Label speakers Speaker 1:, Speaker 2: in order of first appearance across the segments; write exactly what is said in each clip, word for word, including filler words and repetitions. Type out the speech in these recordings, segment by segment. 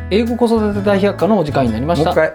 Speaker 1: 英語子育て大百科のお時間になりました。
Speaker 2: もう一回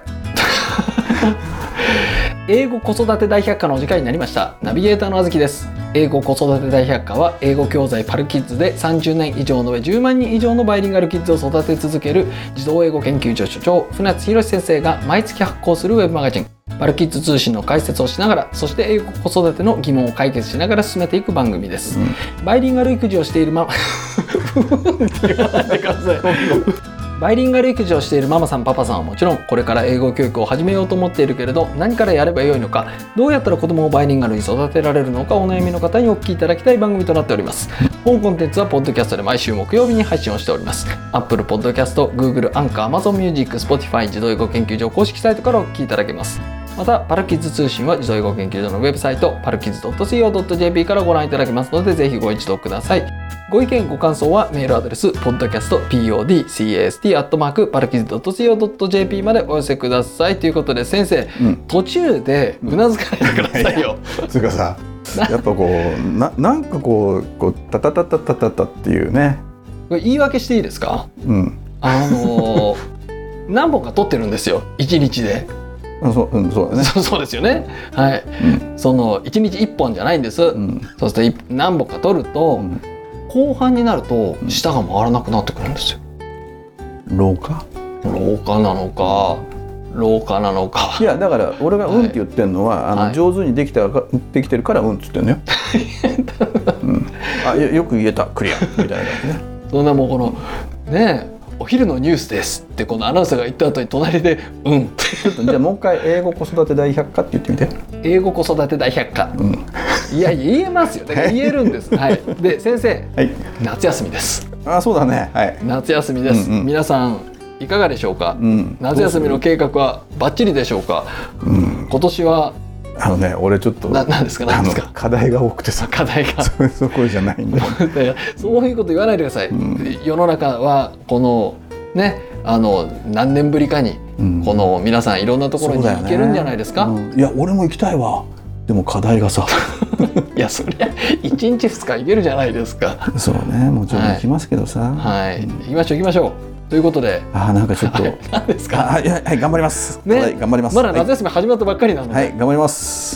Speaker 1: 英語子育て大百科のお時間になりました。ナビゲーターのあずきです。英語子育て大百科は英語教材パルキッズでさんじゅうねん以上のじゅうまんにん以上のバイリンガルキッズを育て続ける児童英語研究所所長船津博史先生が毎月発行するウェブマガジンパルキッズ通信の解説をしながら、そして英語子育ての疑問を解決しながら進めていく番組です、うん、バイリンガル育児をしているママって言わないでくださいバイリンガル育児をしているママさんパパさんはもちろん、これから英語教育を始めようと思っているけれど何からやればよいのか、どうやったら子供をバイリンガルに育てられるのか、お悩みの方にお聞きいただきたい番組となっております。本コンテンツはポッドキャストで毎週木曜日に配信をしております。 Apple Podcast、Google、Anchor、Amazon Music、Spotify 児童英語研究所公式サイトからお聞きいただけます。またパルキッズ通信は児童英語研究所のウェブサイトパルキッズ ドットシーオー ドット ジェーピー からご覧いただけますので、ぜひご一読ください。ご意見ご感想はメールアドレス ポッドキャスト ポッドキャスト アットマーク パルキッズ ドットシーオー ドット ジェーピー までお寄せください。ということで先生、うん、途中でうなずかないでくださいよ。
Speaker 2: つうかさ、やっぱこう な, なんかこうこうタタタタタタタっていうね、
Speaker 1: これ言い訳していいですか？
Speaker 2: うん、
Speaker 1: あのー、何本か撮ってるんですよいちにちで。
Speaker 2: そう、うん、そうだね。
Speaker 1: そう、そうですよね。はい。うん、そのいちにちいっぽんじゃないんです。うん、そうすると何本か撮ると、うん、後半になると舌が回らなくなってくるんですよ。
Speaker 2: 老化？
Speaker 1: 老化なのか、老化なのか。
Speaker 2: いやだから俺がうんって言ってるのは、はい、あの、はい、上手にできたできてるからうんって言ってるのよ。うん、あ、よく言えたクリアみたいな感じね。
Speaker 1: そんなもうこのねえ。お昼のニュースですってこのアナウンサーが言った後に隣でうん
Speaker 2: ちょっとじゃあもう一回英語子育て大百科って言ってみて。
Speaker 1: 英語子育て大百科、うん、いや言えますよ。だから言えるんです、はい、で先生、はい、夏休みです。
Speaker 2: あ、そうだね、はい、
Speaker 1: 夏休みです、うんうん、皆さんいかがでしょうか、うん、夏休みの計画はバッチリでしょうか、うん、今年は
Speaker 2: あのね、俺ちょっと
Speaker 1: な何ですか何ですか
Speaker 2: 課題が多くてさ、
Speaker 1: 課題が
Speaker 2: そ, そこじゃないんだ
Speaker 1: そういうこと言わないでください、うん、世の中はこのね、あの何年ぶりかに、うん、この皆さんいろんなところに行けるんじゃないですか、
Speaker 2: ね、うん、いや俺も行きたいわ。でも課題がさ
Speaker 1: いやそりゃいちにちふつか行けるじゃないですか。
Speaker 2: そうね、もちろん行きますけどさ、
Speaker 1: はい、はい、行きましょう行きましょうということで、
Speaker 2: あ、なんかちょっと
Speaker 1: 何ですか。
Speaker 2: はい、はい、頑張ります、ね、はい、頑張ります。
Speaker 1: まだ夏休み始まったばっかりなので、
Speaker 2: はい、頑張ります。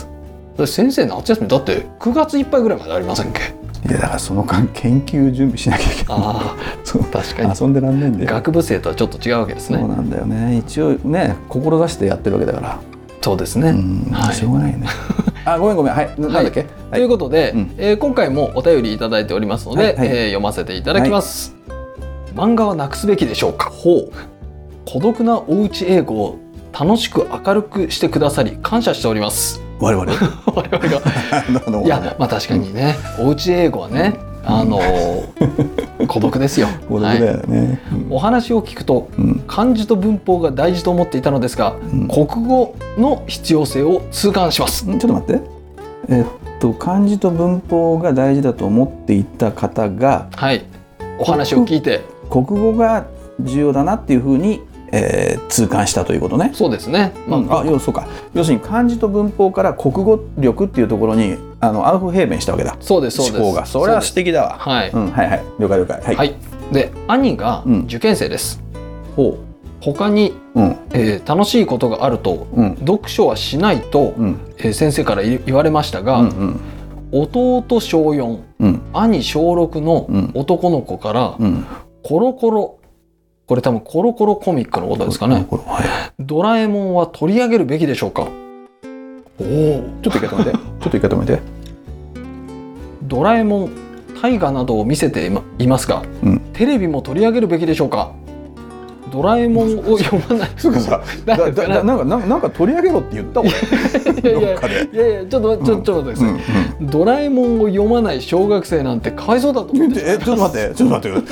Speaker 1: 先生夏休みだってくがついっぱいぐらいまでありませんっけ？
Speaker 2: いやだからその間研究準備しなきゃいけない。あ
Speaker 1: そう確かに
Speaker 2: 遊んでらんねんで。
Speaker 1: 学部生とはちょっと違うわけですね。
Speaker 2: そうなんだよね。一応ね志してやってるわけだから。
Speaker 1: そうですね、うん、
Speaker 2: はい、しょうがないねあ、ごめんごめん、はい、な、なんだっけ、はい、
Speaker 1: ということで、うん、えー、今回もお便りいただいておりますので、はいはい、えー、読ませていただきます、はい、漫画はなくすべきでしょうか。ほう。孤独なおうち英語を楽しく明るくしてくださり感謝しております。
Speaker 2: 我々
Speaker 1: 我々がいや、まあ確かにね、うん、おうち英語はね、あのー、孤独ですよ。
Speaker 2: 孤独だよね、
Speaker 1: はい、うん、お話を聞くと、うん、漢字と文法が大事と思っていたのですが、うん、国語の必要性を痛感します。
Speaker 2: ちょっと待って、えっと漢字と文法が大事だと思っていた方が、
Speaker 1: はい、お話を聞いて
Speaker 2: 国語が重要だなっていうふうにえー、痛感したということね。
Speaker 1: そうですね、
Speaker 2: まあ、あ、要そうか、要するに漢字と文法から国語力っていうところにあのアウフヘーベンしたわけだ。
Speaker 1: そうですそうです。
Speaker 2: 思考がそれは素敵だわ。
Speaker 1: はい、
Speaker 2: うん、はいはい、了解了解、はい、はい、
Speaker 1: で兄が受験生です、うん、ほう。他に、うん、えー、楽しいことがあると、うん、読書はしないと、うん、えー、先生から言われましたが、うんうん、弟しょうよん、うん、兄しょうろくの男の子から、うん、コロコロ、これ多分コロコロコミックのことですかね。はい、ドラえもんは取り上げるべきでしょうか。
Speaker 2: おお、ちょっと一回止めて。ちょっと一回止めて。
Speaker 1: ドラえもん、大河などを見せていますが、うん、テレビも取り上げるべきでしょうか。ドラえもんを読まない。
Speaker 2: そうかさ、だだだなんかなんか取り上げろって言った俺。
Speaker 1: いやいやいやいや、ちょっとちょっと待ってください、うんうん。ドラえもんを読まない小学生なんてかわいそうだと思って。
Speaker 2: え、ちょっと待って、ちょっと待って。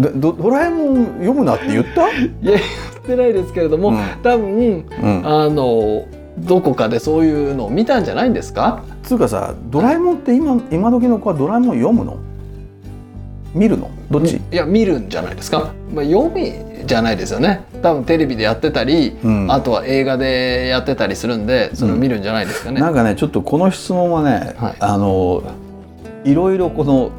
Speaker 2: ド, ドラえもん読むなって言った？
Speaker 1: いや言ってないですけれども、うん、多分、うん、あのどこかでそういうのを見たんじゃないんですか。
Speaker 2: つうかさ、ドラえもんって今今時の子はドラえもん読むの？見るの？どっち？
Speaker 1: いや見るんじゃないですか。まあ、読みじゃないですよね。多分テレビでやってたり、うん、あとは映画でやってたりするんで、それを見るんじゃないですかね。
Speaker 2: うん、なんかね、ちょっとこの質問はね、はい、あのいろいろこの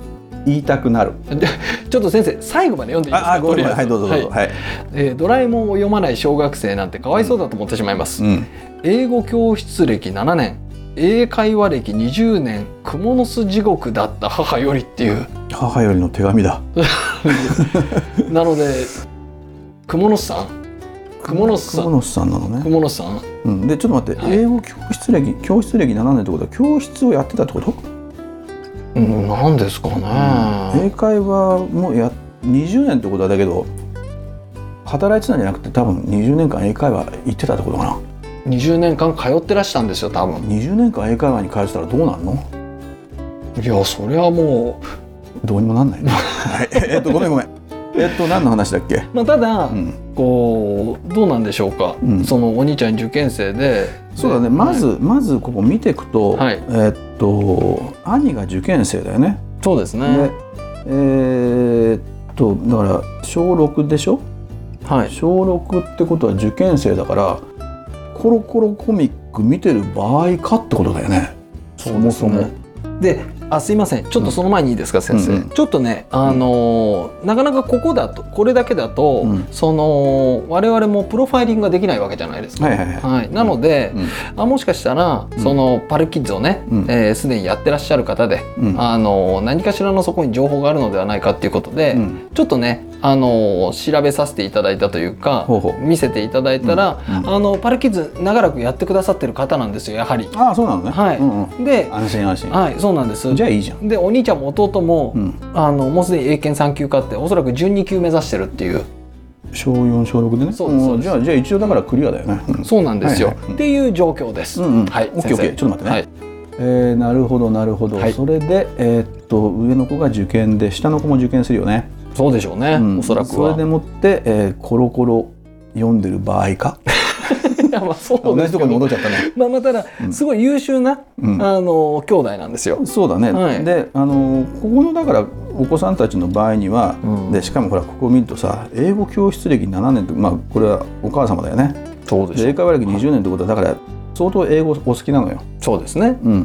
Speaker 2: 言いたくなる。
Speaker 1: ちょっと先生最後まで読んでいいですか。
Speaker 2: ああ、ごめんなさい、はい、どうぞどうぞ。はい、
Speaker 1: えー、ドラえもんを読まない小学生なんてかわいそうだと思ってしまいます、
Speaker 2: うん、
Speaker 1: 英語教室歴ななねん、英会話歴にじゅうねん、クモの巣地獄だった母よりっていう。
Speaker 2: 母よりの手紙だ。
Speaker 1: なのでクモの巣さんクモの巣さん
Speaker 2: クモの巣さんなのね。
Speaker 1: クモの巣さん、
Speaker 2: うん、でちょっと待って、はい、英語教室歴教室歴ななねんってことは教室をやってたってこと？
Speaker 1: うん、なんですかね、
Speaker 2: うん、英会話もやにじゅうねんってことはだけど働いてたんじゃなくて多分にじゅうねんかん英会話行ってたってことかな。
Speaker 1: にじゅうねんかん通ってらしたんですよ多分。
Speaker 2: にじゅうねんかん英会話に通ってたらどうなんの？
Speaker 1: いやそれはも
Speaker 2: うどうにもなんないね。はい、えっとごめんごめん。えっと何の話だっけ？
Speaker 1: まあ、ただ、
Speaker 2: うん、
Speaker 1: こうどうなんでしょうか、うん、そのお兄ちゃん受験生で。
Speaker 2: そうだね、まず、はい、まずここ見ていくと、はい、えっと兄が受験生だよね。
Speaker 1: そうですね。
Speaker 2: でえー、っとだからしょうろくでしょ、はい、しょうろくってことは受験生だからコロコロコミック見てる場合かってことだよね。そもそも。
Speaker 1: で、あ、すいません、ちょっとその前にいいですか、うん、先生、うんうん、ちょっとね、あのー、なかなかここだとこれだけだと、うん、その我々もプロファイリングができないわけじゃないですか。はいはいはいはい、なので、うん、あもしかしたら、うん、そのパルキッズをねすで、うんえー、にやってらっしゃる方で、うん、あのー、何かしらのそこに情報があるのではないかっていうことで、うん、ちょっとね、あのー、調べさせていただいたというかほうほう見せていただいたら、うんうん、あのパルキッズ長らくやってくださってる方なんですよやはり。
Speaker 2: ああそうなのね。
Speaker 1: はい、うんうん、で
Speaker 2: 安心安心。
Speaker 1: はいそうなんです。
Speaker 2: じゃあいいじゃん。
Speaker 1: でお兄ちゃんも弟も、うん、あのもうすでに英検さん級受かっておそらくじゅうに級目指してるっていう。
Speaker 2: しょうよんしょうろくでね。
Speaker 1: そうですそうです。
Speaker 2: じゃあじゃあ一応だからクリアだよね。
Speaker 1: うん、そうなんですよ、はいはい、っていう状況です。
Speaker 2: うんうん、
Speaker 1: はい。
Speaker 2: オッケーオッケー。ちょっと待ってね。
Speaker 1: はい、
Speaker 2: えー、なるほどなるほど。はい、それでえー、っと上の子が受験で下の子も受験するよね。
Speaker 1: そうでしょうね。うん、おそらくは。
Speaker 2: それでもって、えー、コロコロ読んでる場合か。
Speaker 1: いやまあそうです
Speaker 2: 同じところに戻っちゃったね。
Speaker 1: まあまあただすごい優秀な、うん、あの兄弟なんですよ。
Speaker 2: そうだね。はい、であのここのだからお子さんたちの場合には、うん、でしかもほらここを見るとさ英語教室歴ななねんってまあこれはお母様だよね。
Speaker 1: そうです。
Speaker 2: で英会話歴にじゅうねんってことはだから相当英語お好きなのよ。
Speaker 1: そうですね。
Speaker 2: うん、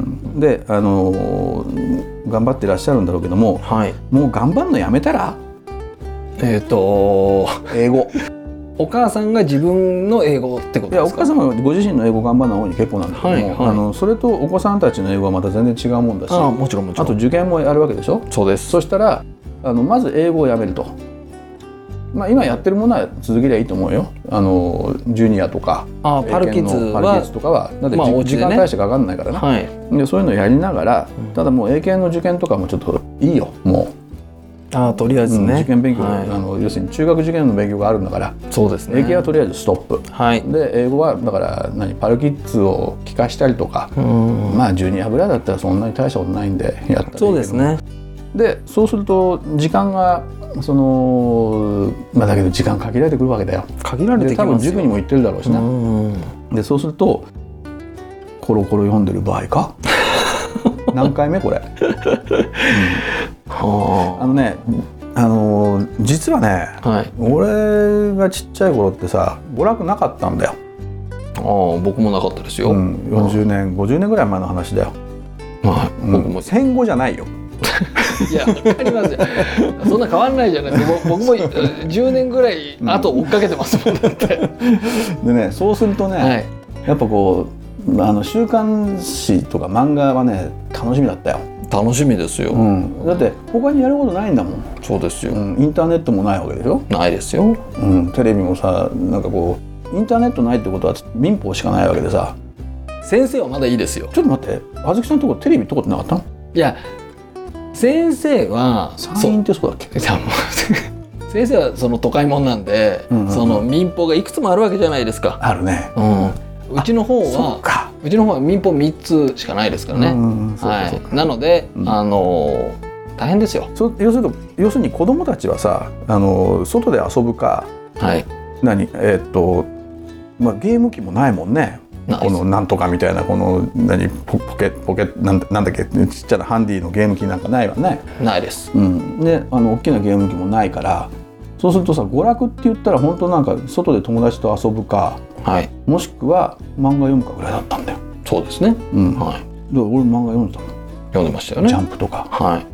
Speaker 2: であの頑張ってらっしゃるんだろうけども、はい、もう頑張るのやめたら。
Speaker 1: えっと
Speaker 2: 英語。
Speaker 1: お母さんが自分の英語ってことですか？いや
Speaker 2: お母様がご自身の英語頑張るの方に結構なんだけども、はいはい、あのそれとお子さんたちの英語はまた全然違うもんだし、
Speaker 1: あもちろんもちろん。
Speaker 2: あと受験もやるわけでしょ。
Speaker 1: そうです。
Speaker 2: そしたらあのまず英語をやめると、まあ、今やってるものは続けりゃいいと思うよ。あのジュニアとか
Speaker 1: あパルキッズは
Speaker 2: パルキッズとかはだって、まあね、時間大してかかんないからな、はい、でそういうのをやりながら、ただもう英検の受験とかもちょっといいよもう。
Speaker 1: あとりあえずね、うん、
Speaker 2: 受験勉強、はい、あの要するに中学受験の勉強があるんだから。
Speaker 1: そうですね。
Speaker 2: 英検はとりあえずストップ、はい、で英語はだから何パルキッズを聞かしたりとか、まあジュニアぐらいだったらそんなに大したことないんでやったらいいけど。
Speaker 1: そうですね。
Speaker 2: でそうすると時間がそのまあだけど時間限られてくるわけだよ。
Speaker 1: 限られてきますよ。
Speaker 2: 多分塾にも行ってるだろうしな。でそうするとコロコロ読んでる場合か。何回目これ、うんはあ、あのねあの実はね、はい、俺がちっちゃい頃ってさ娯楽なかったんだよ。
Speaker 1: あ僕もなかったですよ、
Speaker 2: うん、よんじゅうねんごじゅうねんぐらい前の話だよ、はい、うん、僕も戦後じゃないよ。
Speaker 1: いや分かりますよ。そんな変わんないじゃないですか。僕もじゅうねんぐらい後追っかけてますもんだって。
Speaker 2: でねそうするとね、はい、やっぱこうあの週刊誌とか漫画はね楽しみだったよ。
Speaker 1: 楽しみですよ、
Speaker 2: うん、だって他にやることないんだもん。
Speaker 1: そうですよ、
Speaker 2: うん、インターネットもないわけでしょ。
Speaker 1: ないですよ、
Speaker 2: うん、テレビもさなんかこうインターネットないってことは民法しかないわけでさ。
Speaker 1: 先生はまだいいですよ。
Speaker 2: ちょっと待ってあずきさんのとこテレビとこってなかったの？
Speaker 1: いや先生は
Speaker 2: 参院ってそうだっけ？
Speaker 1: 先生はその都会もんなんで、うんうんうん、その民法がいくつもあるわけじゃないですか。
Speaker 2: あるね、
Speaker 1: うん、うちの方はうちの方は民法みっつしかないですからね。はい、なので、うん、あの大変ですよ。
Speaker 2: そ要するに要するに子どもたちはさあの外で遊ぶか、はい、何えー、っと、まあ、ゲーム機もないもんね。このなんとかみたいなこの何ポケポケなんなんだっけちっちゃなハンディのゲーム機なんかないわね。
Speaker 1: ないです、
Speaker 2: うん、であの大きなゲーム機もないからそうするとさ娯楽って言ったら本当なんか外で友達と遊ぶか、はい、もしくは漫画読むかぐらいだったんだよ。
Speaker 1: そうですね、
Speaker 2: うん、はい、だから俺漫画読んでたの。
Speaker 1: 読んでましたよね。
Speaker 2: ジャンプとか、
Speaker 1: はい、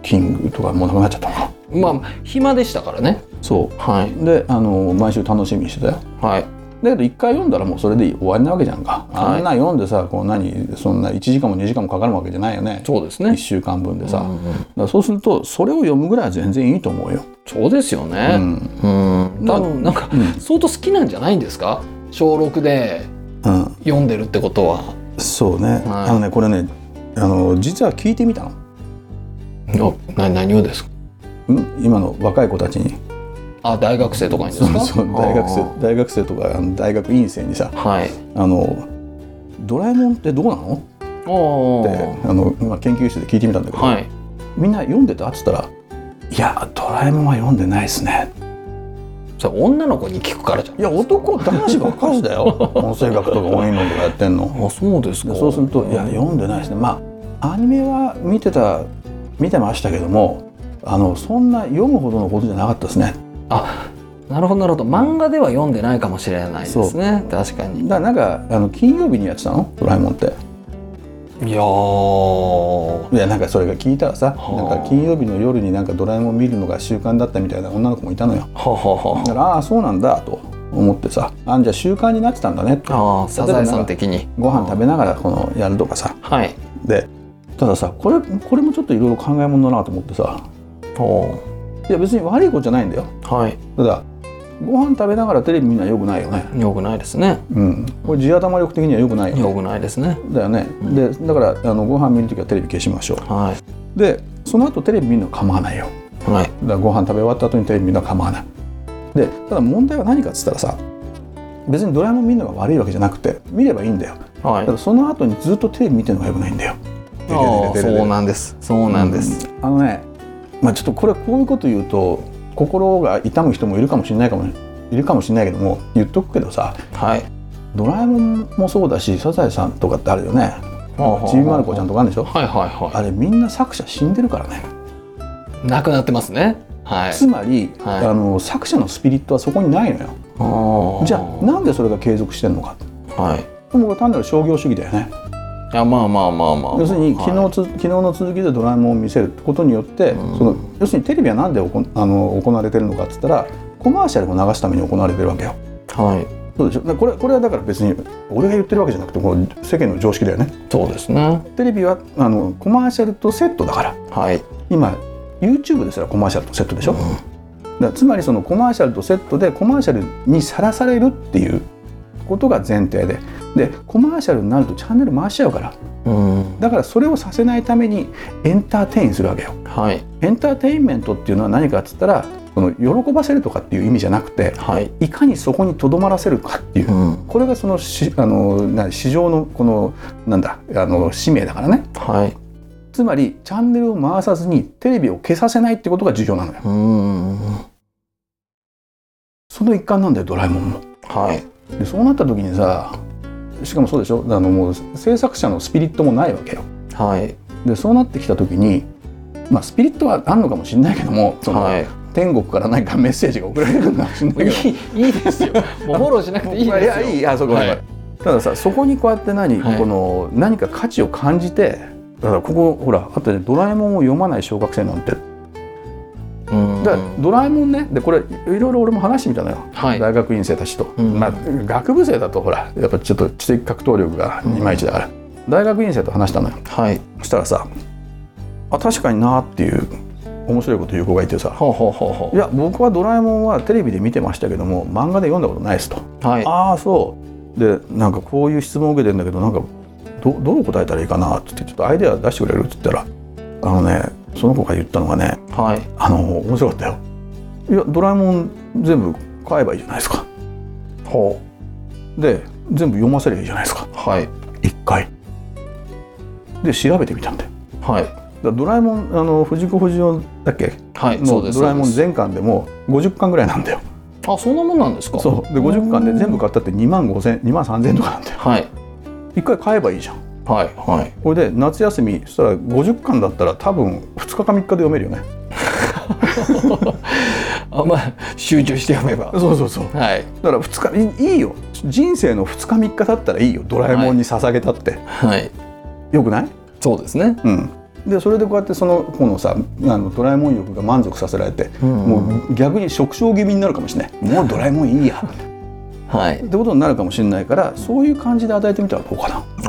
Speaker 2: キングとかもうなくなっちゃったのか。
Speaker 1: まあ暇でしたからね。
Speaker 2: そう、
Speaker 1: はい、
Speaker 2: であの毎週楽しみにしてたよ。
Speaker 1: はい、
Speaker 2: だけど一回読んだらもうそれで終わりなわけじゃんか。あんな読んでさこう何そんないちじかんもにじかんもかかるわけじゃないよね。
Speaker 1: そうですね。
Speaker 2: いっしゅうかんぶんでさ、
Speaker 1: うんうん、
Speaker 2: だからそうするとそれを読むぐらいは全然いいと思うよ。
Speaker 1: そうですよね。うん、うん、多分なんか、うん、相当好きなんじゃないんですか、小ろくで読んでるってことは。
Speaker 2: うん、そうね、はい、あのねこれねあの実は聞いてみたの。
Speaker 1: な何をですか。
Speaker 2: ん今の若い子たちに。あ、
Speaker 1: 大学生とかにですか。
Speaker 2: そうそう大学生大学生とかあの大学院生にさ、
Speaker 1: はい、
Speaker 2: あのドラえもんってどうなのってあの今研究室で聞いてみたんだけど、はい、みんな読んでたっつったら、いやドラえもんは読んでないですね。
Speaker 1: それ女の子に聞くからじゃん。
Speaker 2: いや男男子ばっかりだよ音声学とか音韻論とかやってんの。
Speaker 1: あ、そうですか。
Speaker 2: そうすると、いや読んでないですね。まあアニメは見てた見てましたけども、あのそんな読むほどのことじゃなかったですね。
Speaker 1: あ、なるほどなるほど。漫画では読んでないかもしれないですね。確かに。
Speaker 2: だからなんかあの金曜日にやってたのドラえもんって。
Speaker 1: いやー、
Speaker 2: いやなんかそれが聞いたらさ、なんか金曜日の夜になんかドラえもん見るのが習慣だったみたいな女の子もいたのよ。はははだからああそうなんだと思ってさ、あじゃあ習慣になってたんだねって。
Speaker 1: ああ、サザエさん的に
Speaker 2: ご飯食べながらこのやるとかさ。
Speaker 1: はい。
Speaker 2: でたださこれこれもちょっといろいろ考えものだなと思ってさ。いや別に悪いことじゃないんだよ。
Speaker 1: はい。
Speaker 2: ただご飯食べながらテレビ見るのは良くないよね。
Speaker 1: 良くないですね。
Speaker 2: うん。これ地頭力的には良くないよね。
Speaker 1: 良くないですね。
Speaker 2: だよね。うん、でだからあのご飯見るときはテレビ消しましょう。
Speaker 1: はい。
Speaker 2: でその後テレビ見るのは構わないよ。
Speaker 1: はい。
Speaker 2: だからご飯食べ終わった後にテレビ見るのは構わない。でただ問題は何かっつったらさ、別にドラえもん見るのが悪いわけじゃなくて見ればいいんだよ。はい。ただその後にずっとテレビ見てるのが良くないんだよ。
Speaker 1: ああ、そうなんです。そうなんです。
Speaker 2: うん、あのね、まあちょっとこれこういうこと言うと心が痛む人もいるかもしれないかもいるかもしれないけども、言っとくけどさ、はい、ドラえもんもそうだしサザエさんとかってあるよね。ちびまる子ちゃんとかあるでしょ。はいはいはい。あれみんな作者死んでるからね。亡
Speaker 1: くなってますね。はい。
Speaker 2: つまり、はい、あの作者のスピリットはそこにないのよ。あじゃあなんでそれが継続してるのか。はい。もう単なる商業主義だよね。
Speaker 1: いやまあまあまあまあ。
Speaker 2: 要するに昨日つ、はい、昨日の続きでドラえもんを見せることによって、うん、その要するにテレビは何でおこあの行われてるのかっつったらコマーシャルを流すために行われてるわけよ。はい。そうでしょ。これこれはだから別に俺が言ってるわけじゃなくてこの世間の常識だよね。
Speaker 1: そうですね。
Speaker 2: テレビはあのコマーシャルとセットだから。はい。今 YouTube ですらコマーシャルとセットでしょ。うん、だからつまりそのコマーシャルとセットでコマーシャルにさらされるっていうことが前提で、でコマーシャルになるとチャンネル回しちゃうから。うん、だからそれをさせないためにエンターテインするわけよ。はい、エンターテインメントっていうのは何かっつったらその喜ばせるとかっていう意味じゃなくて、はい、いかにそこにとどまらせるかっていう、うん、これがそのしあのな市場のこのなんだあの使命だからね。はい、つまりチャンネルを回さずにテレビを消させないってことが重要なのよ。うんその一環なんだよドラえもんも。はい、でそうなった時にさ、しかもそうでしょ、あのもう制作者のスピリットもないわけよ。はい、でそうなってきた時に、まあ、スピリットはあるのかもしれないけどもその、はい、天国から何かメッセージが送られるのかもしれないけど
Speaker 1: いい, いいですよもうフォローしなくていいですよ。いやいいあそこ、はい、
Speaker 2: たださそこにこうやって何、はい、この何か価値を感じて、だからここほらあとねドラえもんを読まない小学生なんて。だからドラえもんねでこれいろいろ俺も話してみたのよ、はい、大学院生たちと、まあ、学部生だとほらやっぱちょっと知的格闘力がいまいちだから、うん、大学院生と話したのよ、はい、そしたらさあ確かになっていう面白いこと言う子がいてさ、ほうほうほうほういや僕はドラえもんはテレビで見てましたけども漫画で読んだことないですと、はい、ああそうでなんかこういう質問を受けてるんだけどなんか ど, どう答えたらいいかなって言ってちょっとアイデア出してくれるって言ったらあのねその子が言ったのがね、はい、あの面白かったよ。いやドラえもん全部買えばいいじゃないですか。ほうで全部読ませればいいじゃないですか。はい、一回で調べてみたんで、はい、だドラえもんあの藤子不二雄だっけ、はい、のドラえもん全巻でもごじゅっかんぐらいなんだよ。
Speaker 1: あそんなもんなんですか。
Speaker 2: そうでごじゅっかんで全部買ったってにまんごせんにまんさんぜんとかなんだよ。はい、一回買えばいいじゃん。はいはい、これで夏休みそしたらごじゅっかんだったら多分ふつかかみっかで読めるよね
Speaker 1: あまあ集中して読めば
Speaker 2: そうそうそう、はい、だからふつかいいよ人生のふつかみっかだったらいいよドラえもんに捧げたって、はい、よくない？
Speaker 1: そうですね、
Speaker 2: うん、 でそれでこうやってその子のさあのドラえもん欲が満足させられて、うん、もう逆に食傷気味になるかもしれない。もうドラえもんいいやはい、ってことになるかもしれないから、そういう感じで与えてみたらどうかな。あ
Speaker 1: あ、なる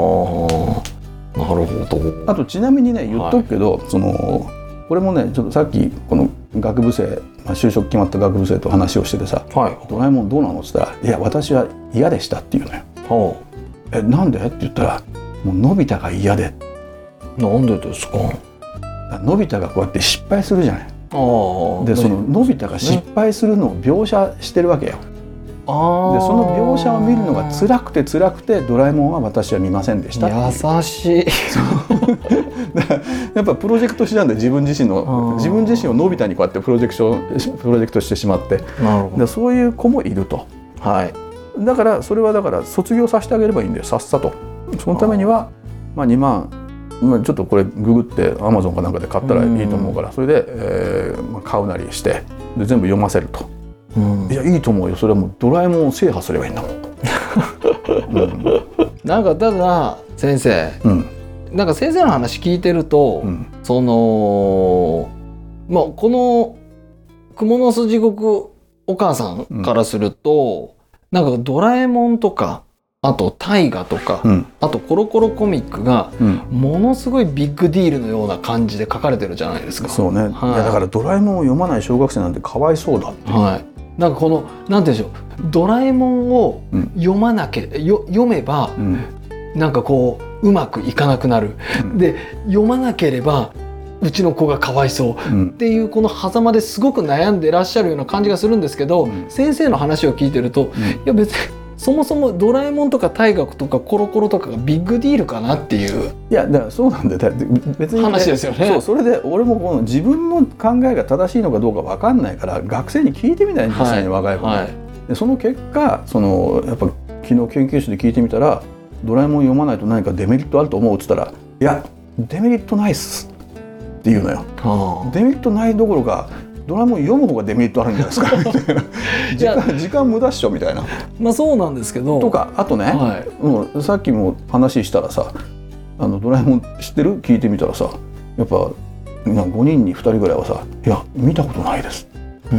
Speaker 1: ほど。
Speaker 2: あとちなみにね言っとくけど、はい、そのこれもねちょっとさっきこの学部生、まあ、就職決まった学部生と話をしててさ、はい、ドラえもんどうなのって言ったら、いや私は嫌でしたって言うのよ。はあ、えなんでって言ったら、もうのび太が嫌で。
Speaker 1: なんでですか。
Speaker 2: のび太がこうやって失敗するじゃない。あでそののび太が失敗するのを描写してるわけよ。あでその描写を見るのが辛くて辛くてドラえもんは私は見ませんでしたって
Speaker 1: 優しい
Speaker 2: やっぱプロジェクトしなんで自分自身の自分自身をのび太にこうやってプロジェクションプロジェクトしてしまって、なるほどでそういう子もいると、はい、だからそれはだから卒業させてあげればいいんだよさっさと。そのためにはまあにまん、まあ、ちょっとこれググってアマゾンかなんかで買ったらいいと思うから、それで、えーまあ、買うなりしてで全部読ませると。うん、いやいいと思うよ。それはもうドラえもんを制覇すればいいんだもん、
Speaker 1: うん、なんかただ先生、うん、なんか先生の話聞いてると、うん、そのまあこの蜘蛛の巣地獄お母さんからすると、うん、なんかドラえもんとかあと大河とか、うん、あとコロコロコミックがものすごいビッグディールのような感じで書かれてるじゃないですか。
Speaker 2: そうね、はい、いやだからドラえもんを読まない小学生なんてかわいそうだって、はい、
Speaker 1: なんかこのなんていうんでしょう、ドラえもんを読まなきゃ、うん、よ読めば、うん、なんかこううまくいかなくなる、うん、で読まなければうちの子がかわいそう、うん、っていうこの狭間ですごく悩んでらっしゃるような感じがするんですけど、うん、先生の話を聞いてると、うん、いや別にそもそもドラえもんとか大河とかコロコロとかがビッグディールかなっていう。
Speaker 2: いやだからそうなんだよ。だ別に、ね、
Speaker 1: 話ですよね。
Speaker 2: そうそれで俺もこの自分の考えが正しいのかどうか分かんないから学生に聞いてみたいんですよね、若い子に、はい、でその結果そのやっぱ昨日研究室で聞いてみたらドラえもん読まないと何かデメリットあると思うって言ったら、いやデメリットないっすって言うのよ。はあ、デメリットないどころかドラえもん読む方がデメリットあるんじゃないですかみたいな時間、時間無駄っしょみたいな。
Speaker 1: まあそうなんですけど。
Speaker 2: とかあとね、はい、もうさっきも話したらさ、あのドラえもん知ってる聞いてみたらさ、やっぱごにんにふたりぐらいはさ、いや見たことないです、うん、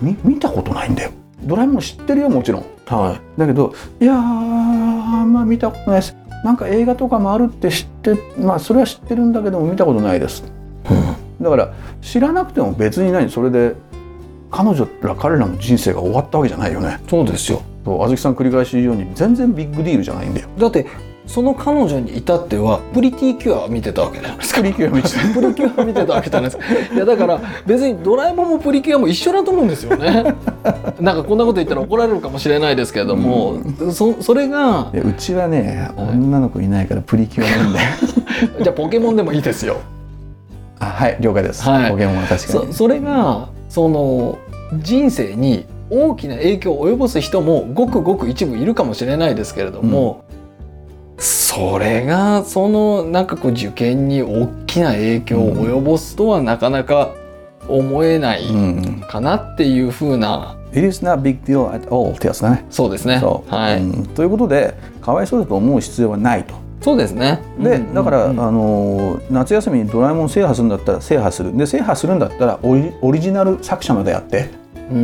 Speaker 2: み見たことないんだよ。ドラえもん知ってるよもちろん、はい、だけどいやーまあ見たことないです。なんか映画とかもあるって知って、まあそれは知ってるんだけども見たことないです、うん、だから知らなくても別に何それで彼女ら彼らの人生が終わったわけじゃないよね。
Speaker 1: そうですよ。
Speaker 2: あずきさん繰り返し言うように全然ビッグディールじゃないんだよ。
Speaker 1: だってその彼女に至ってはプリティキュア見てたわけじゃないですか。
Speaker 2: プリキュア見てた
Speaker 1: プリキュア見てたわけじゃないですか。いやだから別にドラえもんもプリキュアも一緒だと思うんですよね。なんかこんなこと言ったら怒られるかもしれないですけれども、うん、そ, それが
Speaker 2: うちはね、はい、女の子いないからプリキュアなんで
Speaker 1: じゃあポケモンでもいいですよ。
Speaker 2: あはい了解です、はい、ポケモンは確かに
Speaker 1: そ, それがその人生に大きな影響を及ぼす人もごくごく一部いるかもしれないですけれども、うん、それがそのなんかこう受験に大きな影響を及ぼすとはなかなか思えないかなっていう風な、
Speaker 2: うん、It is not big deal at all ってやつだね。
Speaker 1: そうですね。そう、はい、うん、
Speaker 2: ということでかわいそうだと思う必要はないと。
Speaker 1: そうですね。
Speaker 2: でだから、うんうん、あの夏休みにドラえもん制覇するんだったら制覇する。で制覇するんだったらオ リ, オリジナル作者までやって。
Speaker 1: うん、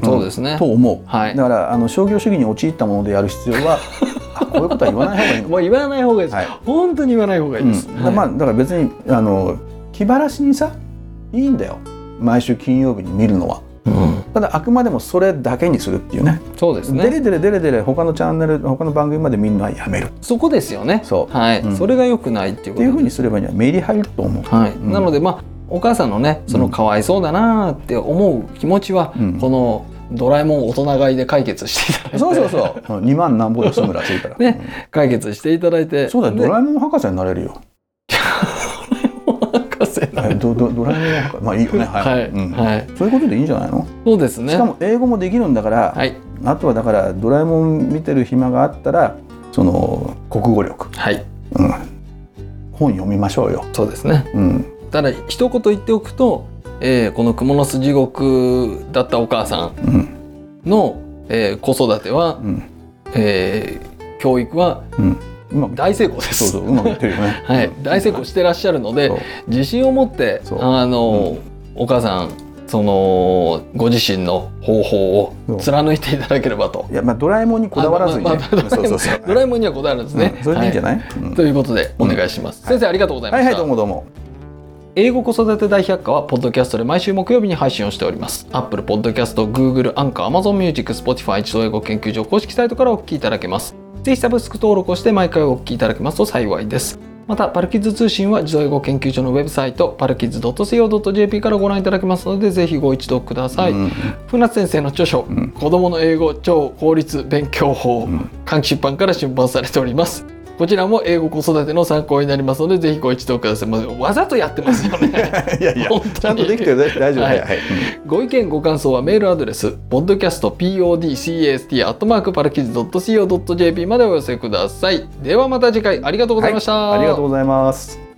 Speaker 1: そうですね。
Speaker 2: と思う。はい、だからあの商業主義に陥ったものでやる必要はあこういうことは言わない方がいいの。
Speaker 1: もう言わない方がいいです。はい、本当に言わない方がいいです。
Speaker 2: うんはい、まあだから別にあの気晴らしにさいいんだよ。毎週金曜日に見るのは。うん、ただあくまでもそれだけにするっていうね。
Speaker 1: そうですね。
Speaker 2: デレデレデレデレ他のチャンネル他の番組まで見るのはやめる。
Speaker 1: そこですよね。そう、はい、うん、それが良くないっていうこと
Speaker 2: っていうふうにすればいいのはメリハリだと思う。
Speaker 1: はい、うん、なのでまあお母さんのねそのかわいそうだなって思う気持ちは、うん、このドラえもん大人買いで解決していただいて。
Speaker 2: そうそうそうにまんなんぼで済むらしいから
Speaker 1: ね、うん、解決していただいて。
Speaker 2: そうだよ、ドラえもん博士になれるよ。ド, ド, ドラえもん博士まあいいよね。はい、はいうんはい、そういうことでいいんじゃないの。
Speaker 1: そうですね。
Speaker 2: しかも英語もできるんだから、はい、あとはだからドラえもん見てる暇があったらその国語力、はいうん、本読みましょうよ。
Speaker 1: そうですね、うん、ただ一言言っておくと、えー、この蜘蛛の巣地獄だったお母さんの、うんえー、子育ては、うんえー、教育は、うん大成功です。
Speaker 2: そうそう、うまくいってるよね。
Speaker 1: はい、大成功してらっしゃるので、自信を持ってあの、うん、お母さんそのご自身の方法を貫いていただければと。
Speaker 2: いや、まあドラえもんにこだわらずにね。
Speaker 1: ドラえもんにはこだわるんですね。
Speaker 2: うん、それでいいんじゃない？はい
Speaker 1: うん、ということでお願いします。うん、先生ありがとうございました。
Speaker 2: はいはい、どうもどうも。
Speaker 1: 英語子育て大百科はポッドキャストで毎週木曜日に配信をしております。Apple Podcast、Google、Anchor、Amazon Music、Spotify 自動英語研究所公式サイトからお聞きいただけます。ぜひサブスク登録をして毎回お聞きいただけますと幸いです。またパルキッズ通信は自動英語研究所のウェブサイトパルキッズ ドットシーオードットジェーピー からご覧いただけますので、ぜひご一読ください。うん、船津先生の著書、うん、子どもの英語超効率勉強法、うん、換気出版から出版されております。こちらも英語子育ての参考になりますので、ぜひご一読ください。わざとやってますよね。
Speaker 2: いやいや、ちゃんとできてる、大丈夫、はいはい、
Speaker 1: ご意見ご感想はメールアドレス ポッドキャスト ピーオーディーキャスト アットマーク パルキッズ ドットシーオードットジェーピー までお寄せください。ではまた次回ありがとうございました。
Speaker 2: はい、ありがとうございます。